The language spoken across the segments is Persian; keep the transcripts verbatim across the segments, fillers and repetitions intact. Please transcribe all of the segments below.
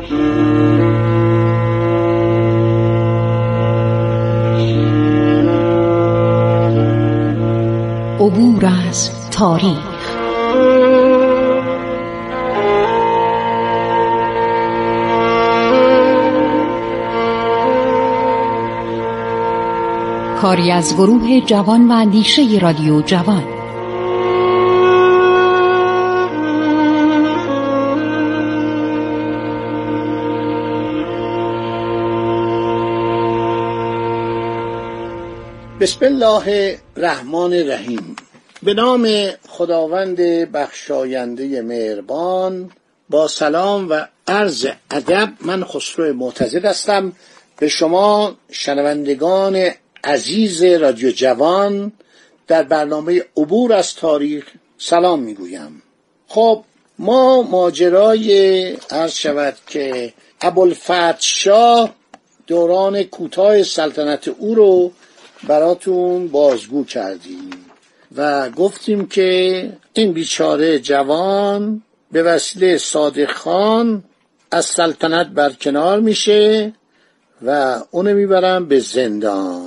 عبور از تاریخ. کاری از گروه جوان و اندیشه رادیو جوان. بسم الله الرحمن الرحیم. به نام خداوند بخشاینده مهربان، با سلام و عرض ادب، من خسرو معتزد هستم. به شما شنوندگان عزیز رادیو جوان در برنامه عبور از تاریخ سلام میگویم. خب ما ماجرای عرض شود که ابوالفتح شاه دوران کوتاه سلطنت او رو براتون بازگو کردیم و گفتیم که این بیچاره جوان به وسیله صادق خان از سلطنت برکنار میشه و اونو میبرن به زندان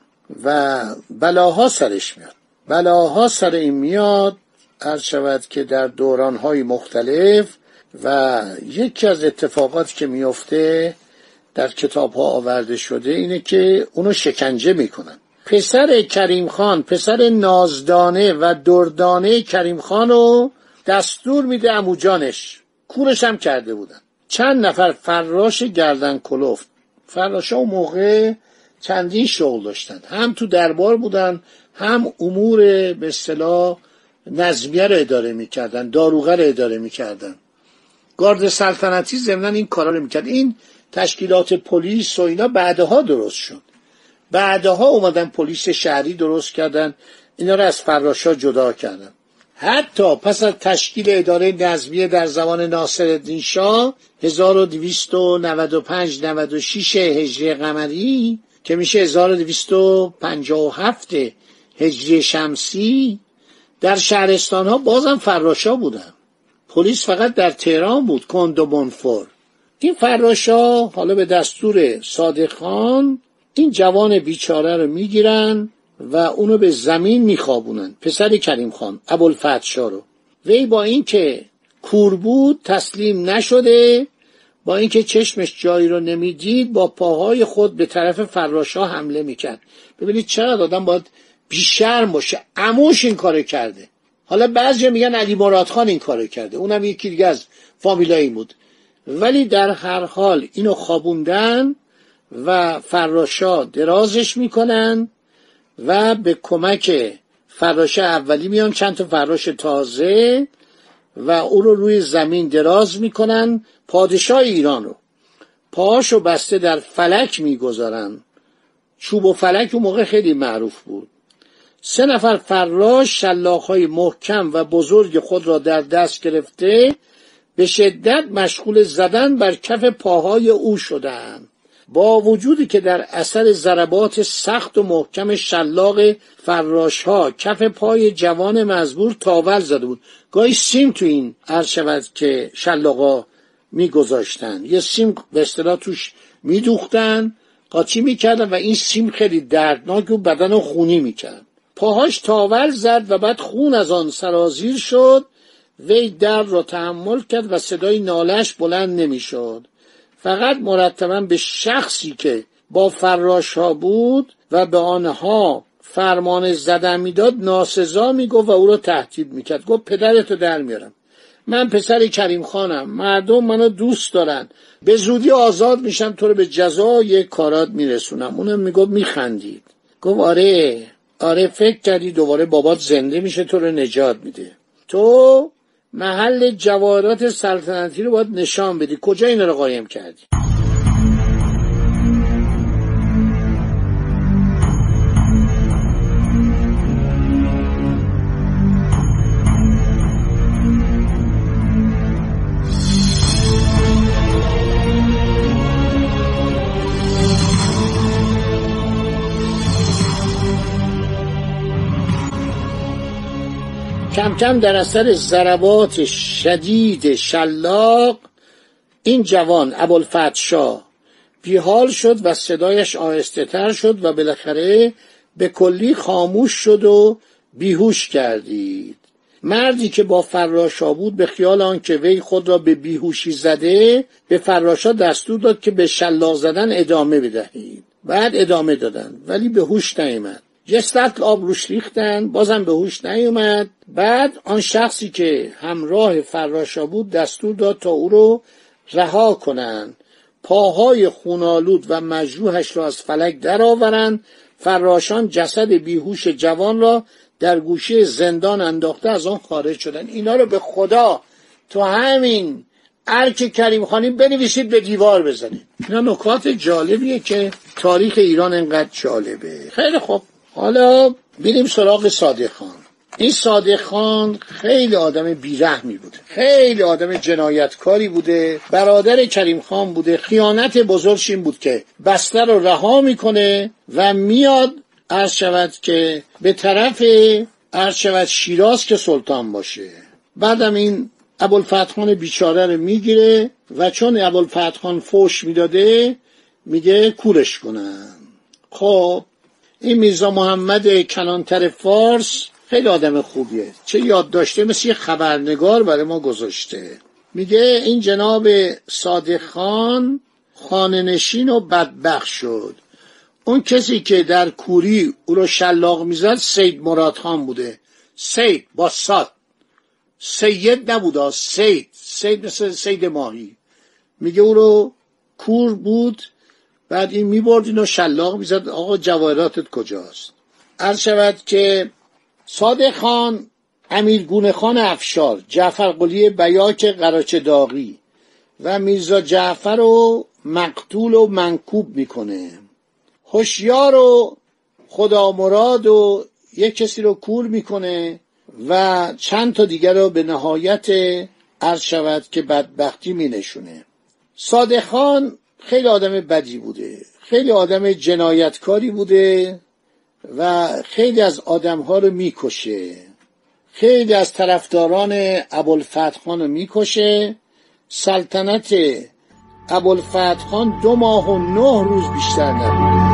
و بلاها سرش میاد. بلاها سر این میاد عرض شود که در دورانهای مختلف، و یکی از اتفاقاتی که میفته در کتاب ها آورده شده اینه که اونو شکنجه میکنن. پسر کریم خان، پسر نازدانه و دردانه کریم خانو دستور میده عمو جانش، کورش هم کرده بودن، چند نفر فراش گردن کلفت. فراشا اون موقع چندین شغل داشتن، هم تو دربار بودن، هم امور به اصطلاح نظمیه رو اداره میکردن، داروغه رو اداره میکردن. گارد سلطنتی ضمن این کارا رو میکرد. این تشکیلات پلیس و اینا بعدها درست شد، بعدها اومدن پلیس شهری درست کردن، اینا رو از فراشا جدا کردن. حتی پس از تشکیل اداره نظمیه در زمان ناصرالدین شاه هزار و دویست و نود و پنج نود و شش هجری قمری که میشه هزار و دویست و پنجاه و هفت هجری شمسی، در شهرستان ها بازم فراشا بودن. پلیس فقط در تهران بود، کند و منفور. این فراشا حالا به دستور صادق خان این جوان بیچاره رو میگیرن و اونو به زمین میخوابونن، پسر کریم خان ابوالفتح شاه رو. وی با این که کور بود تسلیم نشده، با اینکه چشمش جایی رو نمیدید با پاهای خود به طرف فراشا حمله میکرد. ببینید چقدر آدم باید بیشرم باشه. عموش این کارو کرده. حالا بعضی میگن علی مراد خان این کارو کرده، اونم یکی دیگه از فامیلایی بود، ولی در هر حال اینو خوابوندن و فراشا درازش میکنن و به کمک فراش اولی میان چند تا فراش تازه و او رو روی زمین دراز میکنن. پادشاه ایران رو پاهاشو بسته در فلک میگذارن. چوب و فلک اون موقع خیلی معروف بود. سه نفر فراش شلاق‌های محکم و بزرگ خود را در دست گرفته به شدت مشغول زدن بر کف پاهای او شدند. با وجودی که در اثر ضربات سخت و محکم شلاق فراش‌ها کف پای جوان مزبور تاول زده بود. گاهی سیم تو این عرض شود که شلاقا می گذاشتن، یه سیم به اصطلاح توش می دوختن، قاطی می کردن و این سیم خیلی دردناک و بدن رو خونی می کرد. پاهاش تاول زد و بعد خون از آن سرازیر شد. وی درد را تحمل کرد و صدای نالش بلند نمی شد. فقط مرتباً به شخصی که با فراش ها بود و به آنها فرمان زدن میداد ناسزا میگفت و او را تهدید میکرد. گفت پدرتو در میارم، من پسر کریم خانم، مردم منو دوست دارن، به زودی آزاد میشم، تو رو به جزای کارات میرسونم. اونم میگفت، میخندید، گفت آره آره فکر کردی دوباره بابات زنده میشه تو رو نجات میده، تو محل جواهرات سلطنتی رو باید نشان بدی، کجا اینا رو قایم کردی؟ کم کم در اثر ضربات شدید شلاق این جوان ابوالفتح شاه بیحال شد و صدایش آهسته تر شد و بالاخره به کلی خاموش شد و بیهوش کردید. مردی که با فراشا بود به خیال آن که وی خود را به بیهوشی زده به فراشا دستور داد که به شلاق زدن ادامه بدهید. بعد ادامه دادن ولی به هوش نیامد. یه سطل آب روش ریختن بازم به هوش نیامد. بعد آن شخصی که همراه فراشا بود دستور داد تا او رو رها کنند، پاهای خونالود و مجروحش را از فلک درآورند. فراشان جسد بیهوش جوان را در گوشه زندان انداخته از آن خارج شدن. اینا رو به خدا تو همین ارک کریم خانی بنویسید به دیوار بزنید. اینا نکات جالبیه که تاریخ ایران انقدر جالبه. خیلی خوب، حالا بریم سراغ صادق خان. این صادق خان خیلی آدم بیرحمی بوده، خیلی آدم جنایتکاری بوده، برادر کریم خان بوده. خیانت بزرگش این بود که بسته رو رها میکنه و میاد عرض شود که به طرف عرض شود شیراز که سلطان باشه. بعدم این ابوالفتح خان بیچاره رو میگیره و چون ابوالفتح خان فوش میداده میگه کورش کنن. خب این میرزا محمد کلانتر فارس خیلی آدم خوبیه، چه یاد داشته، مثل یه خبرنگار برای ما گذاشته. میگه این جناب صادق خان خانه نشین و بدبخت شد. اون کسی که در کوری او رو شلاق میزد سید مراد خان بوده. سید با صاد، سید نبوده، سید سید مثل سید ماهی. میگه او رو کور بود، بعد این میبرد اینو شلاق میزد. آقا جواهراتت کجاست؟ عرض شود که صادق خان امیرگونه خان افشار، جعفر قلی بیاک قراچه داغی و میرزا جعفر رو مقتول و منکوب میکنه. هوشیار و خدا مراد و یک کسی رو کور میکنه و چند تا دیگر رو به نهایت عرض شود که بدبختی مینشونه. صادق خان خیلی آدم بدی بوده، خیلی آدم جنایتکاری بوده و خیلی از آدمها رو میکشه، خیلی از طرفداران ابوالفتح خان رو میکشه. سلطنت ابوالفتح خان دو ماه و نه روز بیشتر نبوده.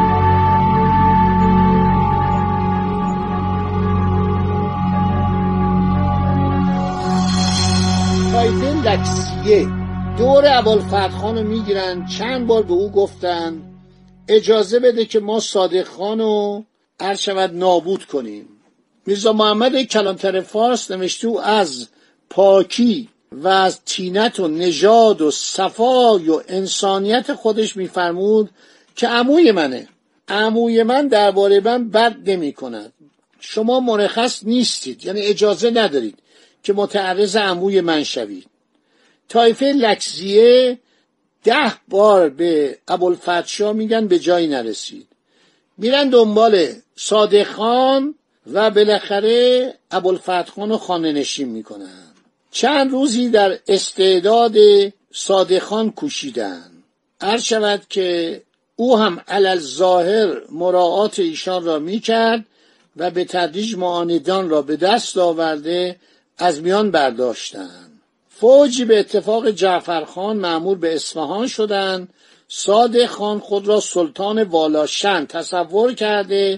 طایفه لکسیه دور ابوالفتح خان رو میگیرن. چند بار به او گفتن اجازه بده که ما صادق خان رو عرض شود نابود کنیم. میرزا محمد کلانتر فارس نوشته او از پاکی و از طینت و نژاد و صفای و انسانیت خودش میفرمود که عموی منه، عموی من درباره من بد نمی کند، شما مرخص نیستید، یعنی اجازه ندارید که متعرض عموی من شوید. طایفه لکزیه ده بار به ابوالفتح شاه میگن به جایی نرسید، میرن دنبال صادق خان و بالاخره ابوالفتح خان رو خانه نشین میکنن. چند روزی در استعداد صادق خان کوشیدن. عرض شود که او هم علل ظاهر مراعات ایشان را میکرد و به تدریج معاندان را به دست آورده از میان برداشتن. فوجی به اتفاق جعفرخان مأمور به اصفهان شدند. صادق خان خود را سلطان والاشن تصور کرده،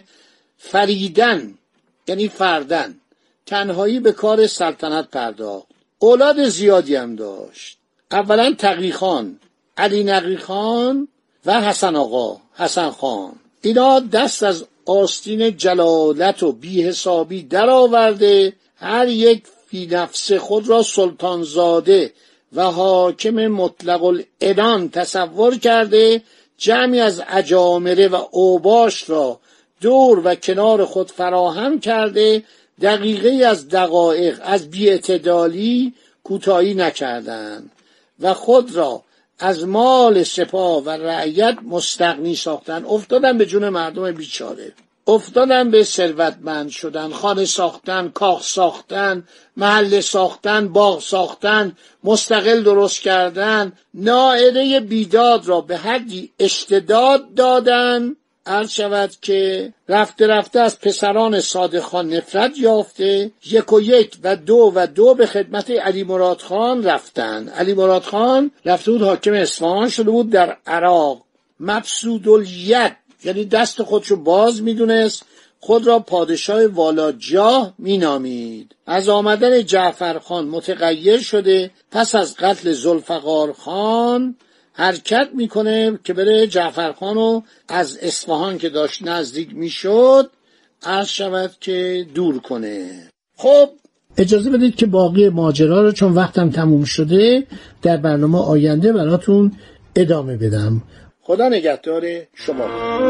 فریدن یعنی فردن تنهایی به کار سلطنت پرداخت. اولاد زیادی هم داشت. اولا تقی خان، علی نقی خان و حسن آقا، حسن خان. اینا دست از آستین جلالت و بی‌حسابی در آورده، هر یک فی نفس خود را سلطانزاده و حاکم مطلق العنان تصور کرده، جمعی از اجامره و اوباش را دور و کنار خود فراهم کرده، دقیقه از دقایق از بی‌اعتدالی کوتاهی نکردند و خود را از مال سپاه و رعیت مستغنی ساختن. افتادن به جون مردم بیچاره، افتادن به ثروتمند شدن، خانه ساختن، کاخ ساختن، محله ساختن، باغ ساختن، مستقل درست کردن. ناعره بیداد را به حدی اشتداد دادن عرض شود که رفته رفته از پسران صادق خان نفرت یافته، یک و یک و دو و دو به خدمت علی مراد خان رفتن. علی مراد خان رفته بود حاکم اصفهان شده بود در عراق، مبسوط الید، یعنی دست خودشو باز میدونست، خود را پادشاه والاجاه مینامید. از آمدن جعفر خان متغیر شده، پس از قتل ذوالفقار خان حرکت میکنه که بره جعفر خانو از اصفهان که داشت نزدیک میشد عرض شود که دور کنه. خب اجازه بدید که باقی ماجرا رو چون وقتم تموم شده در برنامه آینده براتون ادامه بدم. خدا نگهدار شما.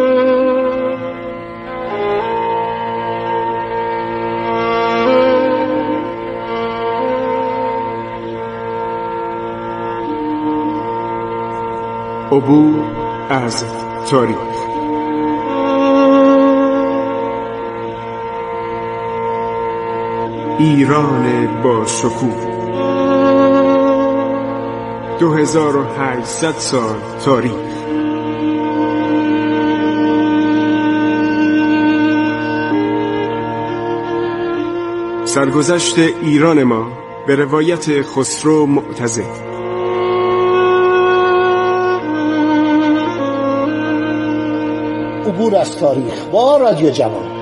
عبور از تاریخ. ایران با شکوه، دو هزار و هشتصد سال تاریخ. سرگذشت ایران ما به روایت خسرو معتضد. عبور از تاریخ با رادیو جوان.